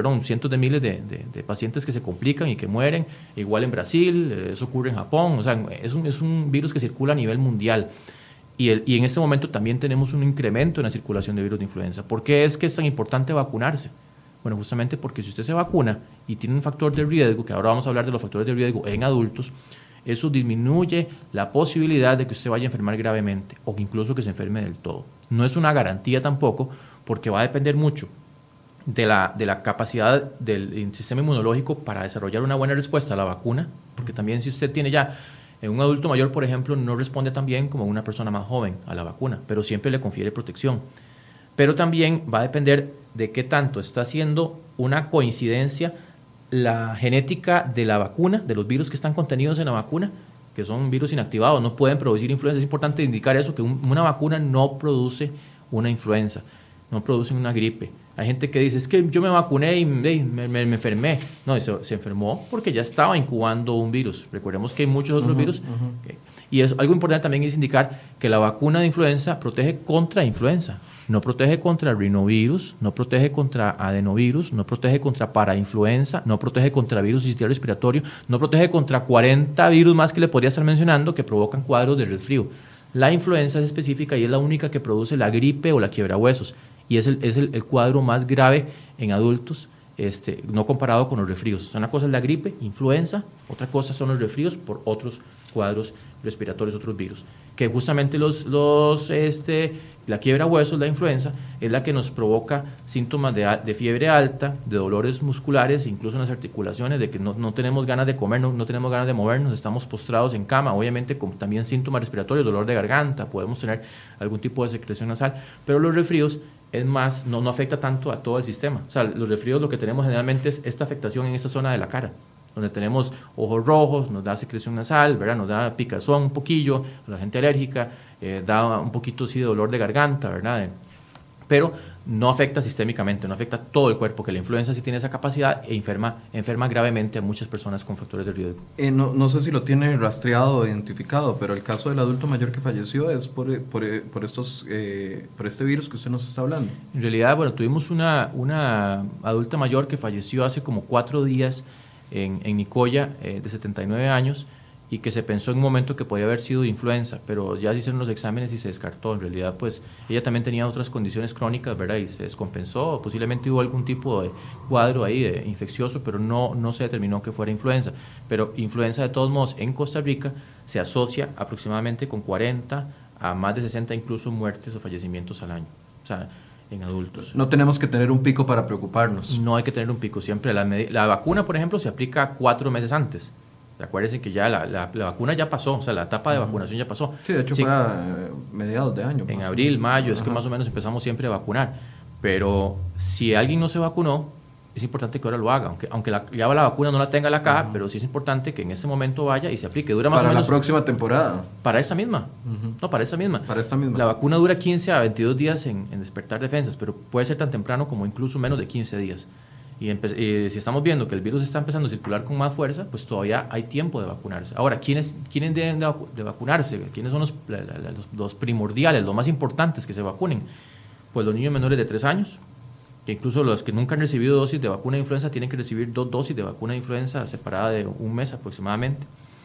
de pacientes que se complican y que mueren. Igual en Brasil, eso ocurre en Japón. O sea, es un virus que circula a nivel mundial. Y en este momento también tenemos un incremento en la circulación de virus de influenza. ¿Por qué es que es tan importante vacunarse? Bueno, justamente porque si usted se vacuna y tiene un factor de riesgo, que ahora vamos a hablar de los factores de riesgo en adultos, eso disminuye la posibilidad de que usted vaya a enfermar gravemente o incluso que se enferme del todo. No es una garantía tampoco, porque va a depender mucho de la capacidad del sistema inmunológico para desarrollar una buena respuesta a la vacuna, porque también si usted tiene ya un adulto mayor, por ejemplo, no responde tan bien como una persona más joven a la vacuna, pero siempre le confiere protección. Pero también va a depender de qué tanto está haciendo una coincidencia la genética de la vacuna, de los virus que están contenidos en la vacuna, que son virus inactivados, no pueden producir influenza. Es importante indicar eso, que una vacuna no produce una influenza, no produce una gripe. Hay gente que dice, es que yo me vacuné y me enfermé. No, se enfermó porque ya estaba incubando un virus. Recordemos que hay muchos otros virus. Y algo importante también es indicar que la vacuna de influenza protege contra influenza. No protege contra rinovirus, no protege contra adenovirus, no protege contra parainfluenza, no protege contra virus del sistema respiratorio, no protege contra 40 virus más que le podría estar mencionando que provocan cuadros de resfrío. La influenza es específica y es la única que produce la gripe o la quiebrahuesos. Y es el cuadro más grave en adultos, no comparado con los resfríos. Una cosa es la gripe, influenza, otra cosa son los resfríos por otros cuadros respiratorios, otros virus. Que justamente la quiebrahuesos, la influenza, es la que nos provoca síntomas de fiebre alta, de dolores musculares, incluso en las articulaciones, de que no tenemos ganas de comer, no tenemos ganas de movernos, estamos postrados en cama, obviamente con también síntomas respiratorios, dolor de garganta, podemos tener algún tipo de secreción nasal, pero los resfríos es más, no afecta tanto a todo el sistema. O sea, los resfríos lo que tenemos generalmente es esta afectación en esta zona de la cara, donde tenemos ojos rojos, nos da secreción nasal, ¿verdad? Nos da picazón un poquillo, la gente alérgica, da un poquito sí de dolor de garganta, ¿verdad? Pero no afecta sistémicamente, no afecta todo el cuerpo, que la influenza sí tiene esa capacidad e enferma gravemente a muchas personas con factores de riesgo. No sé si lo tiene rastreado o identificado, pero el caso del adulto mayor que falleció es por este virus que usted nos está hablando. En realidad, bueno, tuvimos una adulta mayor que falleció hace como 4 días en Nicoya, de 79 años, y que se pensó en un momento que podía haber sido influenza, pero ya se hicieron los exámenes y se descartó. En realidad, pues, ella también tenía otras condiciones crónicas, ¿verdad? Y se descompensó, posiblemente hubo algún tipo de cuadro ahí infeccioso, pero no se determinó que fuera influenza. Pero influenza, de todos modos, en Costa Rica se asocia aproximadamente con 40 a más de 60 incluso muertes o fallecimientos al año. O sea, en adultos. No tenemos que tener un pico para preocuparnos. No hay que tener un pico siempre. La vacuna, por ejemplo, se aplica 4 meses antes. Acuérdense que ya la vacuna ya pasó, o sea, la etapa de vacunación ya pasó. Sí, de hecho fue a mediados de año. En abril, mayo, es que más o menos empezamos siempre a vacunar. Pero si alguien no se vacunó, es importante que ahora lo haga, aunque ya la vacuna no la tenga la caja, pero sí es importante que en este momento vaya y se aplique. Dura más para o menos la próxima temporada. Para esa misma. No, para esa misma. Para esta misma. La vacuna dura 15 a 22 días en despertar defensas, pero puede ser tan temprano como incluso menos de 15 días. Y si estamos viendo que el virus está empezando a circular con más fuerza, pues todavía hay tiempo de vacunarse. Ahora, ¿quiénes deben de vacunarse? ¿Quiénes son los primordiales, los más importantes que se vacunen? Pues los niños menores de 3 años, que incluso los que nunca han recibido dosis de vacuna de influenza tienen que recibir 2 dosis de vacuna de influenza separada de un mes aproximadamente.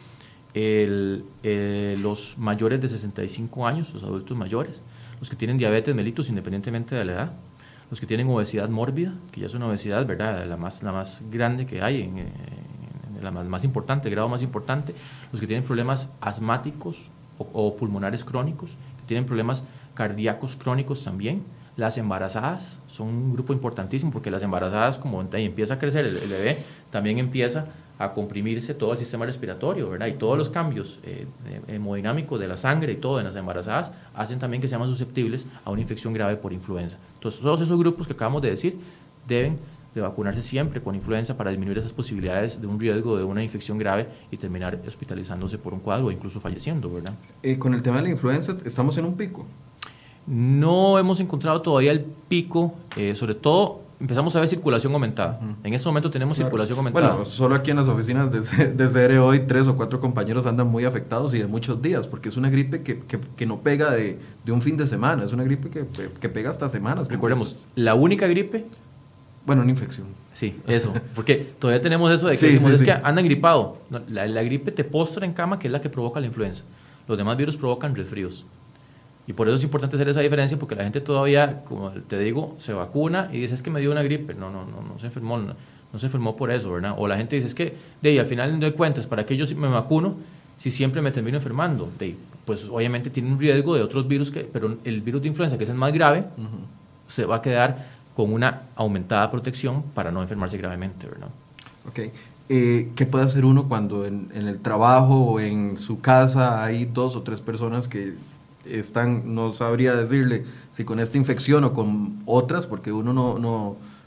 Los mayores de 65 años, los adultos mayores, los que tienen diabetes mellitus independientemente de la edad, los que tienen obesidad mórbida, que ya es una obesidad, ¿verdad?, la más grande que hay, la más importante, el grado más importante, los que tienen problemas asmáticos o pulmonares crónicos, que tienen problemas cardíacos crónicos también. Las embarazadas son un grupo importantísimo, porque las embarazadas, como empieza a crecer el bebé, también empieza a comprimirse todo el sistema respiratorio, ¿verdad? Y todos los cambios hemodinámicos de la sangre y todo en las embarazadas hacen también que sean más susceptibles a una infección grave por influenza. Entonces, todos esos grupos que acabamos de decir deben de vacunarse siempre con influenza para disminuir esas posibilidades de un riesgo de una infección grave y terminar hospitalizándose por un cuadro o incluso falleciendo, ¿verdad? Con el tema de la influenza, ¿estamos en un pico? No hemos encontrado todavía el pico, sobre todo empezamos a ver circulación aumentada. En este momento tenemos circulación aumentada. Bueno, solo aquí en las oficinas de CR hoy 3 o 4 compañeros andan muy afectados y de muchos días, porque es una gripe que no pega de un fin de semana, es una gripe que pega hasta semanas. Recordemos, la única gripe... Bueno, una infección. Sí, eso, porque todavía tenemos eso de que decimos, que andan gripado. No, la gripe te postra en cama, que es la que provoca la influenza. Los demás virus provocan resfríos. Y por eso es importante hacer esa diferencia, porque la gente todavía, como te digo, se vacuna y dice, es que me dio una gripe. No se enfermó, no se enfermó por eso, ¿verdad? O la gente dice, es que, al final no doy cuentas, ¿para qué yo me vacuno si siempre me termino enfermando? Pues obviamente tiene un riesgo de otros virus, pero el virus de influenza, que es el más grave, se va a quedar con una aumentada protección para no enfermarse gravemente, ¿verdad? Ok. ¿Qué puede hacer uno cuando en el trabajo o en su casa hay 2 o 3 personas que no sabría decirle si con esta infección o con otras, porque uno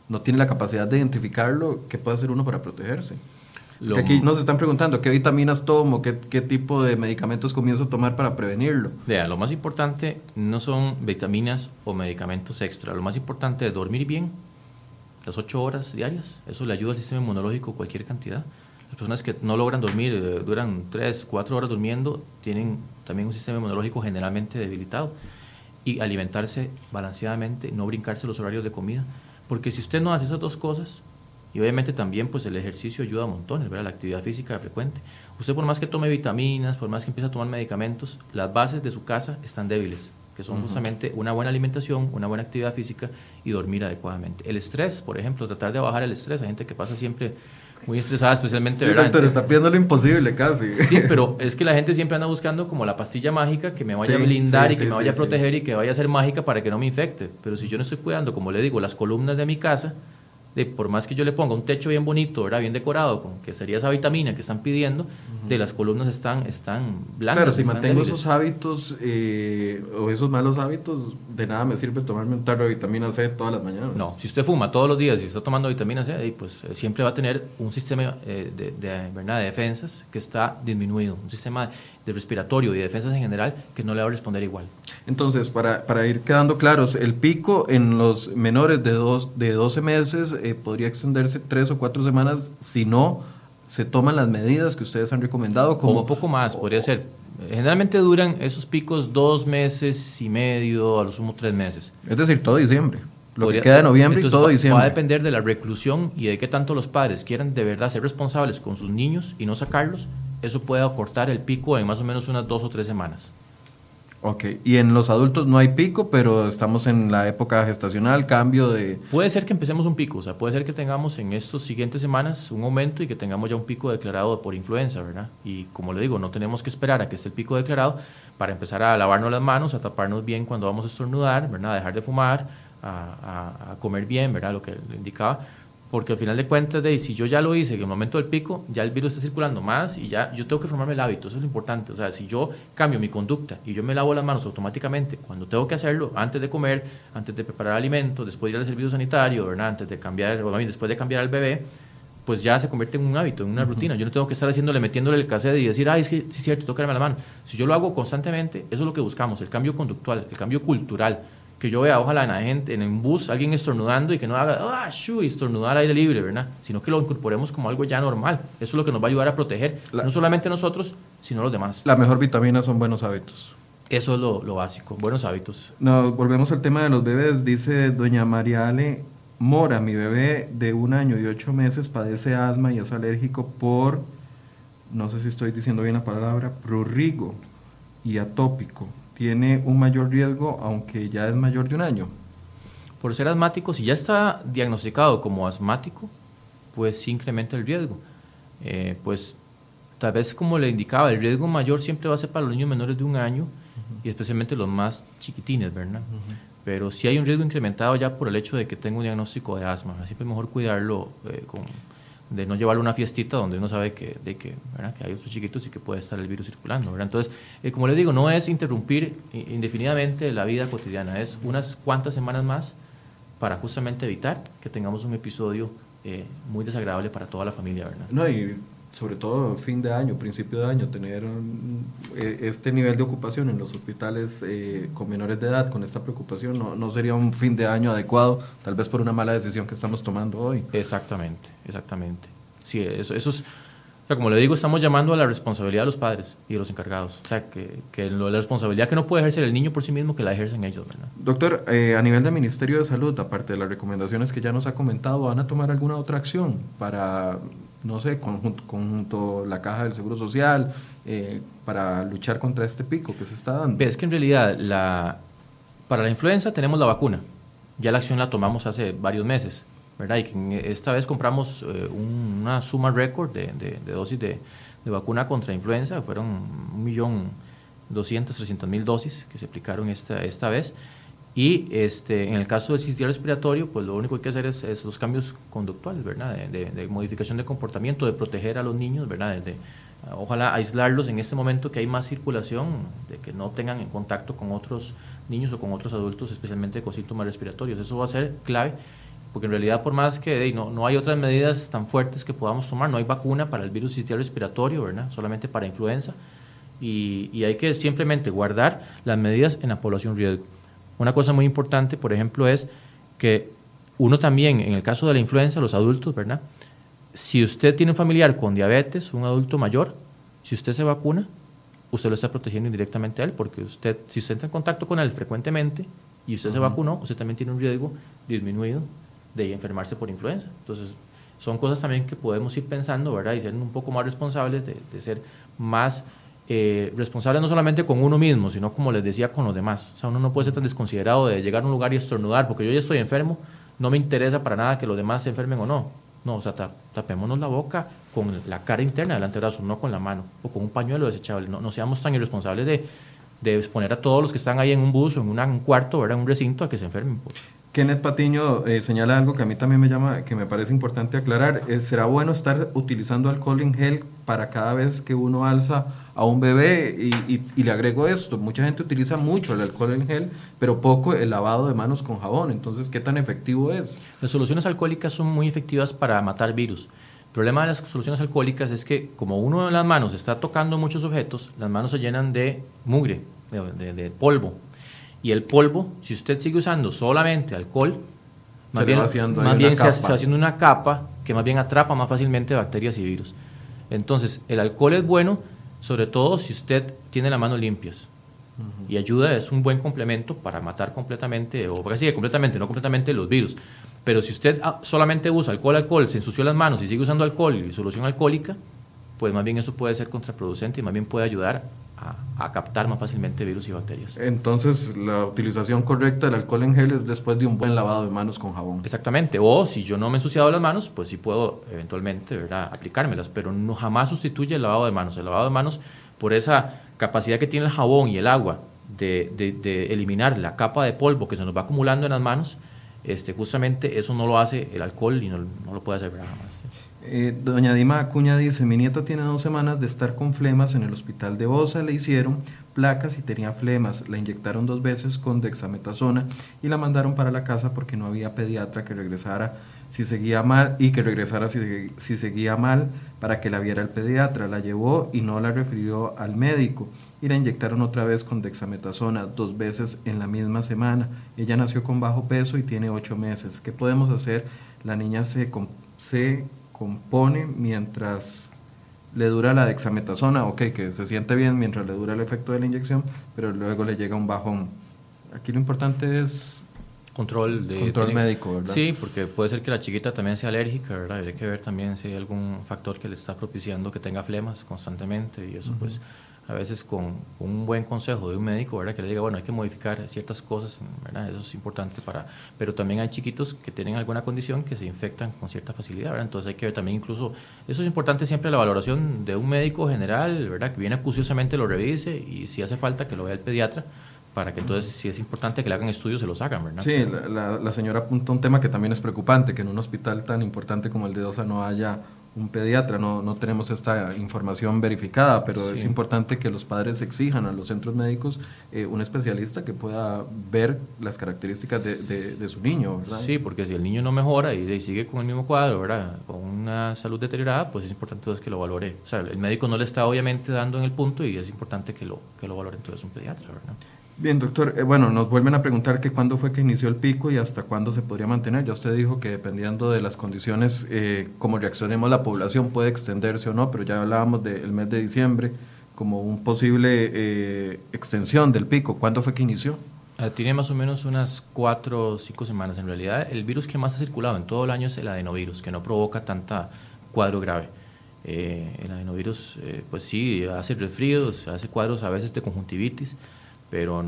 no tiene la capacidad de identificarlo, ¿qué puede hacer uno para protegerse? Porque aquí nos están preguntando qué vitaminas tomo, qué tipo de medicamentos comienzo a tomar para prevenirlo. Vea, lo más importante no son vitaminas o medicamentos extra. Lo más importante es dormir bien, las 8 horas diarias. Eso le ayuda al sistema inmunológico cualquier cantidad. Las personas que no logran dormir, duran 3, 4 horas durmiendo, tienen también un sistema inmunológico generalmente debilitado. Y alimentarse balanceadamente, no brincarse los horarios de comida. Porque si usted no hace esas dos cosas, y obviamente también pues el ejercicio ayuda a montones, ¿verdad? La actividad física frecuente. Usted por más que tome vitaminas, por más que empiece a tomar medicamentos, las bases de su casa están débiles, que son justamente una buena alimentación, una buena actividad física y dormir adecuadamente. El estrés, por ejemplo, tratar de bajar el estrés. Hay gente que pasa siempre muy estresada, especialmente, sí, ¿verdad? Doctor, está pidiendo lo imposible casi. Sí, pero es que la gente siempre anda buscando como la pastilla mágica que me vaya a blindar y que me vaya a proteger y que vaya a ser mágica para que no me infecte. Pero si yo no estoy cuidando, como le digo, las columnas de mi casa, por más que yo le ponga un techo bien bonito, ¿verdad? Bien decorado, con que sería esa vitamina que están pidiendo, de las columnas están blancas. Claro, si mantengo débiles. Esos hábitos o esos malos hábitos, de nada me sirve tomarme un tarro de vitamina C todas las mañanas. No, si usted fuma todos los días y está tomando vitamina C, pues siempre va a tener un sistema ¿verdad? De defensas que está disminuido, un sistema de respiratorio y de defensas en general que no le va a responder igual. Entonces, para ir quedando claros, el pico en los menores de 12 meses podría extenderse 3 o 4 semanas si no se toman las medidas que ustedes han recomendado. Como un poco más, podría ser. Generalmente duran esos picos 2 meses y medio, a lo sumo 3 meses. Es decir, todo diciembre. Lo que queda de noviembre y todo diciembre. Va a depender de la reclusión y de qué tanto los padres quieran de verdad ser responsables con sus niños y no sacarlos. Eso puede acortar el pico en más o menos unas 2 o 3 semanas. Ok, y en los adultos no hay pico, pero estamos en la época gestacional, cambio de... Puede ser que empecemos un pico, o sea, puede ser que tengamos en estas siguientes semanas un aumento y que tengamos ya un pico declarado por influenza, ¿verdad? Y como le digo, no tenemos que esperar a que esté el pico declarado para empezar a lavarnos las manos, a taparnos bien cuando vamos a estornudar, ¿verdad? A dejar de fumar, a comer bien, ¿verdad? Lo que le indicaba. Porque al final de cuentas, si yo ya lo hice, que en el momento del pico, ya el virus está circulando más y ya yo tengo que formarme el hábito, eso es lo importante. O sea, si yo cambio mi conducta y yo me lavo las manos automáticamente cuando tengo que hacerlo, antes de comer, antes de preparar alimentos, después de ir al servicio sanitario, ¿verdad? Antes de cambiar, o después de cambiar al bebé, pues ya se convierte en un hábito, en una rutina. Yo no tengo que estar metiéndole el cassette y decir, es que sí es cierto, tengo que darme la mano. Si yo lo hago constantemente, eso es lo que buscamos, el cambio conductual, el cambio cultural. Que yo vea, ojalá en la gente, en un bus, alguien estornudando y que no haga, y estornudar al aire libre, ¿verdad? Sino que lo incorporemos como algo ya normal. Eso es lo que nos va a ayudar a proteger, no solamente nosotros, sino los demás. La mejor vitamina son buenos hábitos. Eso es lo básico, buenos hábitos. No, volvemos al tema de los bebés. Dice doña María Ale Mora, mi bebé de 1 año y 8 meses padece asma y es alérgico por, no sé si estoy diciendo bien la palabra, prurrigo y atópico. ¿Tiene un mayor riesgo aunque ya es mayor de 1 año? Por ser asmático, si ya está diagnosticado como asmático, pues sí incrementa el riesgo. Pues tal vez como le indicaba, el riesgo mayor siempre va a ser para los niños menores de 1 año y especialmente los más chiquitines, ¿verdad? Pero sí hay un riesgo incrementado ya por el hecho de que tenga un diagnóstico de asma. Siempre es mejor cuidarlo de no llevarlo a una fiestita donde uno sabe que hay otros chiquitos y que puede estar el virus circulando, ¿verdad? Entonces, como les digo, no es interrumpir indefinidamente la vida cotidiana, es unas cuantas semanas más para justamente evitar que tengamos un episodio muy desagradable para toda la familia, ¿verdad? No, y sobre todo fin de año, principio de año, tener este nivel de ocupación en los hospitales con menores de edad, con esta preocupación, no sería un fin de año adecuado, tal vez por una mala decisión que estamos tomando hoy. Exactamente. Sí, eso es, o sea, como le digo, estamos llamando a la responsabilidad de los padres y de los encargados. O sea, que la responsabilidad que no puede ejercer el niño por sí mismo, que la ejercen ellos, ¿verdad? Doctor, a nivel del Ministerio de Salud, aparte de las recomendaciones que ya nos ha comentado, ¿van a tomar alguna otra acción para, no sé, conjunto la Caja del Seguro Social, para luchar contra este pico que se está dando? Es que en realidad para la influenza tenemos la vacuna. Ya la acción la tomamos hace varios meses, ¿verdad? Y que esta vez compramos una suma récord de dosis de vacuna contra influenza. Fueron 1.200.000-300.000 dosis que se aplicaron esta vez. Y en el caso del sistema respiratorio, pues lo único que hay que hacer es los cambios conductuales, ¿verdad? De modificación de comportamiento, de proteger a los niños, ¿verdad? Ojalá aislarlos en este momento que hay más circulación, de que no tengan en contacto con otros niños o con otros adultos, especialmente con síntomas respiratorios. Eso va a ser clave porque en realidad por más que no hay otras medidas tan fuertes que podamos tomar, no hay vacuna para el virus sincitial respiratorio, ¿verdad? Solamente para influenza, y hay que simplemente guardar las medidas en la población riesgo. Una cosa muy importante, por ejemplo, es que uno también, en el caso de la influenza, los adultos, ¿verdad? Si usted tiene un familiar con diabetes, un adulto mayor, si usted se vacuna, usted lo está protegiendo indirectamente a él, porque si usted entra en contacto con él frecuentemente y usted se vacunó, usted también tiene un riesgo disminuido de enfermarse por influenza. Entonces, son cosas también que podemos ir pensando, ¿verdad? Y ser un poco más responsables, de ser más responsables no solamente con uno mismo, sino, como les decía, con los demás. O sea, uno no puede ser tan desconsiderado de llegar a un lugar y estornudar, porque yo ya estoy enfermo, no me interesa para nada que los demás se enfermen o no. No, o sea, tapémonos la boca con la cara interna del antebrazo, no con la mano, o con un pañuelo desechable. No seamos tan irresponsables de exponer a todos los que están ahí en un bus o en un cuarto, ¿verdad? En un recinto, a que se enfermen. Kenneth Patiño señala algo que a mí también me parece importante aclarar. ¿Será bueno estar utilizando alcohol en gel para cada vez que uno alza a un bebé? Y le agrego esto, mucha gente utiliza mucho el alcohol en gel, pero poco el lavado de manos con jabón. Entonces, ¿qué tan efectivo es? Las soluciones alcohólicas son muy efectivas para matar virus. El problema de las soluciones alcohólicas es que, como uno en las manos está tocando muchos objetos, las manos se llenan de mugre, de polvo. Y el polvo, si usted sigue usando solamente alcohol, más bien se va haciendo una capa que más bien atrapa más fácilmente bacterias y virus. Entonces, el alcohol es bueno, sobre todo si usted tiene las manos limpias. Y ayuda, es un buen complemento para matar completamente, o casi que completamente, no completamente, los virus. Pero si usted solamente usa alcohol, se ensució las manos y sigue usando alcohol y solución alcohólica, pues más bien eso puede ser contraproducente y más bien puede ayudar a captar más fácilmente virus y bacterias. Entonces, la utilización correcta del alcohol en gel es después de un buen lavado de manos con jabón. Exactamente, o si yo no me he ensuciado las manos, pues sí puedo eventualmente, ¿verdad?, aplicármelas, pero no jamás sustituye el lavado de manos. El lavado de manos, por esa capacidad que tiene el jabón y el agua de eliminar la capa de polvo que se nos va acumulando en las manos, justamente eso no lo hace el alcohol y no lo puede hacer nada más. Doña Dima Acuña dice: mi nieta tiene 2 semanas de estar con flemas en el hospital de Bosa, le hicieron placas y tenía flemas, la inyectaron 2 veces con dexametasona y la mandaron para la casa porque no había pediatra que regresara si seguía mal y que regresara si seguía mal para que la viera el pediatra. La llevó y no la refirió al médico y la inyectaron otra vez con dexametasona 2 veces en la misma semana. Ella nació con bajo peso y tiene 8 meses. ¿Qué podemos hacer? La niña se compone mientras le dura la dexametasona, que se siente bien mientras le dura el efecto de la inyección, pero luego le llega un bajón. Aquí lo importante es control médico, ¿verdad? Sí, porque puede ser que la chiquita también sea alérgica, ¿verdad? Habría que ver también si hay algún factor que le está propiciando que tenga flemas constantemente, y eso pues a veces con un buen consejo de un médico, ¿verdad?, que le diga, bueno, hay que modificar ciertas cosas, ¿verdad? Eso es importante pero también hay chiquitos que tienen alguna condición que se infectan con cierta facilidad, ¿verdad? Entonces hay que ver también, incluso, eso es importante siempre, la valoración de un médico general, ¿verdad?, que viene acuciosamente, lo revise, y si hace falta que lo vea el pediatra, para que entonces, si es importante que le hagan estudios, se los hagan, ¿verdad? Sí, la señora apunta un tema que también es preocupante, que en un hospital tan importante como el de Osa no haya un pediatra. No tenemos esta información verificada, pero sí, es importante que los padres exijan a los centros médicos un especialista que pueda ver las características de su niño, ¿verdad? Sí, porque si el niño no mejora y sigue con el mismo cuadro, ¿verdad?, con una salud deteriorada, pues es importante entonces que lo valore. O sea, el médico no le está obviamente dando en el punto, y es importante que lo valore entonces un pediatra, ¿verdad? Bien, doctor, nos vuelven a preguntar que cuándo fue que inició el pico y hasta cuándo se podría mantener. Ya usted dijo que dependiendo de las condiciones, como reaccionemos la población, puede extenderse o no, pero ya hablábamos del mes de diciembre como un posible extensión del pico. ¿Cuándo fue que inició? Tiene más o menos unas 4 o 5 semanas. En realidad, el virus que más ha circulado en todo el año es el adenovirus, que no provoca tanta cuadro grave. El adenovirus, pues sí, hace resfríos, hace cuadros a veces de conjuntivitis, pero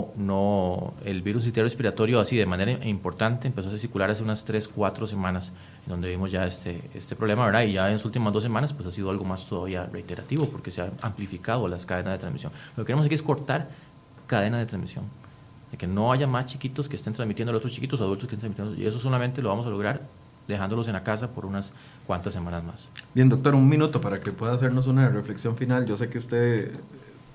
no el virus sincitial respiratorio así de manera importante empezó a circular hace unas 3-4 semanas, en donde vimos ya este problema, ¿verdad? Y ya en las últimas 2 semanas pues ha sido algo más todavía reiterativo, porque se han amplificado las cadenas de transmisión. Lo que queremos aquí es cortar cadena de transmisión, de que no haya más chiquitos que estén transmitiendo a los otros chiquitos, adultos que estén transmitiendo, y eso solamente lo vamos a lograr dejándolos en la casa por unas cuantas semanas más. Bien, doctor, un minuto para que pueda hacernos una reflexión final. Yo sé que usted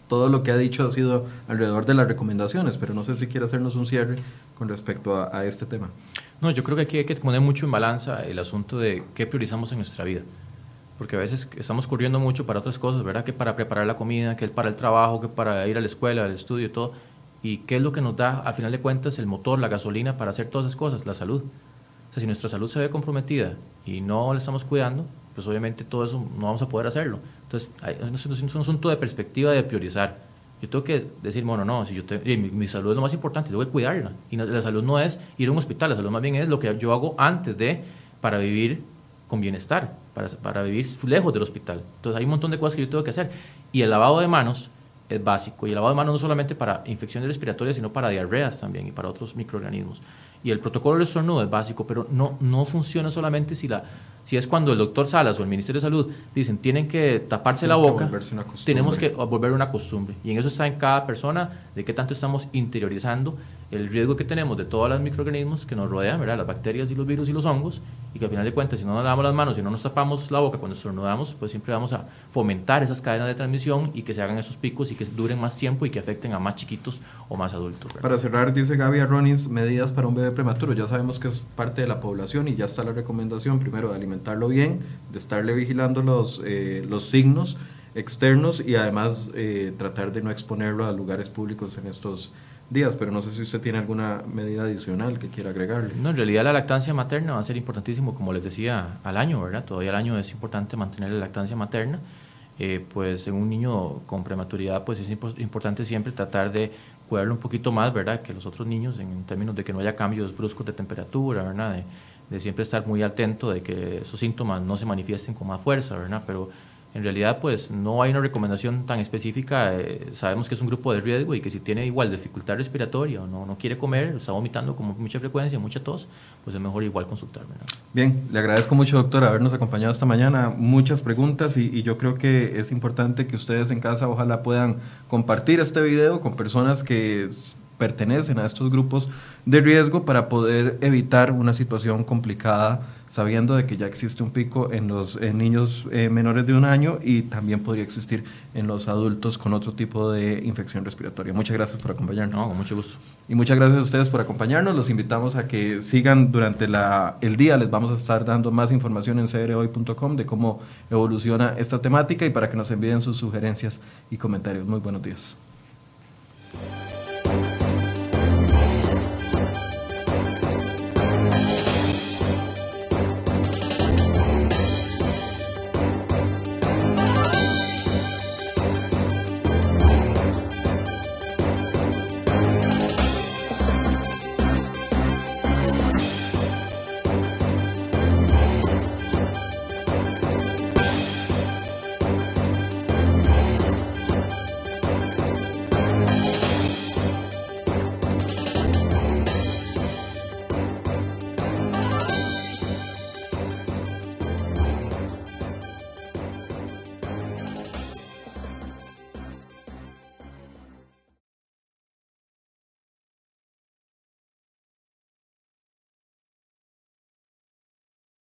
todo lo que ha dicho ha sido alrededor de las recomendaciones, pero no sé si quiere hacernos un cierre con respecto a este tema. No, yo creo que aquí hay que poner mucho en balanza el asunto de qué priorizamos en nuestra vida. Porque a veces estamos corriendo mucho para otras cosas, ¿verdad? Que para preparar la comida, que para el trabajo, que para ir a la escuela, al estudio y todo. ¿Y qué es lo que nos da, al final de cuentas, el motor, la gasolina para hacer todas esas cosas? La salud. O sea, si nuestra salud se ve comprometida y no la estamos cuidando, pues obviamente todo eso no vamos a poder hacerlo. Entonces, es un asunto de perspectiva, de priorizar. Yo tengo que decir, bueno, no, si mi salud es lo más importante, tengo que cuidarla. Y la salud no es ir a un hospital, la salud más bien es lo que yo hago antes para vivir con bienestar, para vivir lejos del hospital. Entonces hay un montón de cosas que yo tengo que hacer. Y el lavado de manos es básico. Y el lavado de manos no solamente para infecciones respiratorias, sino para diarreas también y para otros microorganismos. Y el protocolo del estornudo es básico, pero no funciona solamente si es cuando el doctor Salas o el Ministerio de Salud dicen tienen que taparse la boca, tenemos que volver una costumbre. Y en eso está en cada persona, de qué tanto estamos interiorizando el riesgo que tenemos de todos los microorganismos que nos rodean, ¿verdad? Las bacterias y los virus y los hongos, y que al final de cuentas, si no nos lavamos las manos, si no nos tapamos la boca cuando estornudamos, pues siempre vamos a fomentar esas cadenas de transmisión y que se hagan esos picos y que duren más tiempo y que afecten a más chiquitos o más adultos, ¿verdad? Para cerrar, dice Gaby Arronis, medidas para un bebé prematuro. Ya sabemos que es parte de la población y ya está la recomendación, primero, de alimentarlo bien, de estarle vigilando los signos externos y además tratar de no exponerlo a lugares públicos en estos días, pero no sé si usted tiene alguna medida adicional que quiera agregarle. No, en realidad la lactancia materna va a ser importantísimo, como les decía, al año, ¿verdad? Todavía al año es importante mantener la lactancia materna. Pues en un niño con prematuridad, pues es importante siempre tratar de cuidarlo un poquito más, ¿verdad? Que los otros niños, en términos de que no haya cambios bruscos de temperatura, ¿verdad? De siempre estar muy atento de que esos síntomas no se manifiesten con más fuerza, ¿verdad? Pero en realidad, pues no hay una recomendación tan específica. Sabemos que es un grupo de riesgo y que si tiene igual dificultad respiratoria o no quiere comer, está vomitando con mucha frecuencia, mucha tos, pues es mejor igual consultar, ¿verdad? Bien, le agradezco mucho, doctor, habernos acompañado esta mañana. Muchas preguntas y yo creo que es importante que ustedes en casa ojalá puedan compartir este video con personas que pertenecen a estos grupos de riesgo para poder evitar una situación complicada, sabiendo de que ya existe un pico en los niños menores de 1 año y también podría existir en los adultos con otro tipo de infección respiratoria. Muchas gracias por acompañarnos. No, con mucho gusto. Y muchas gracias a ustedes por acompañarnos. Los invitamos a que sigan durante el día. Les vamos a estar dando más información en crhoy.com de cómo evoluciona esta temática y para que nos envíen sus sugerencias y comentarios. Muy buenos días.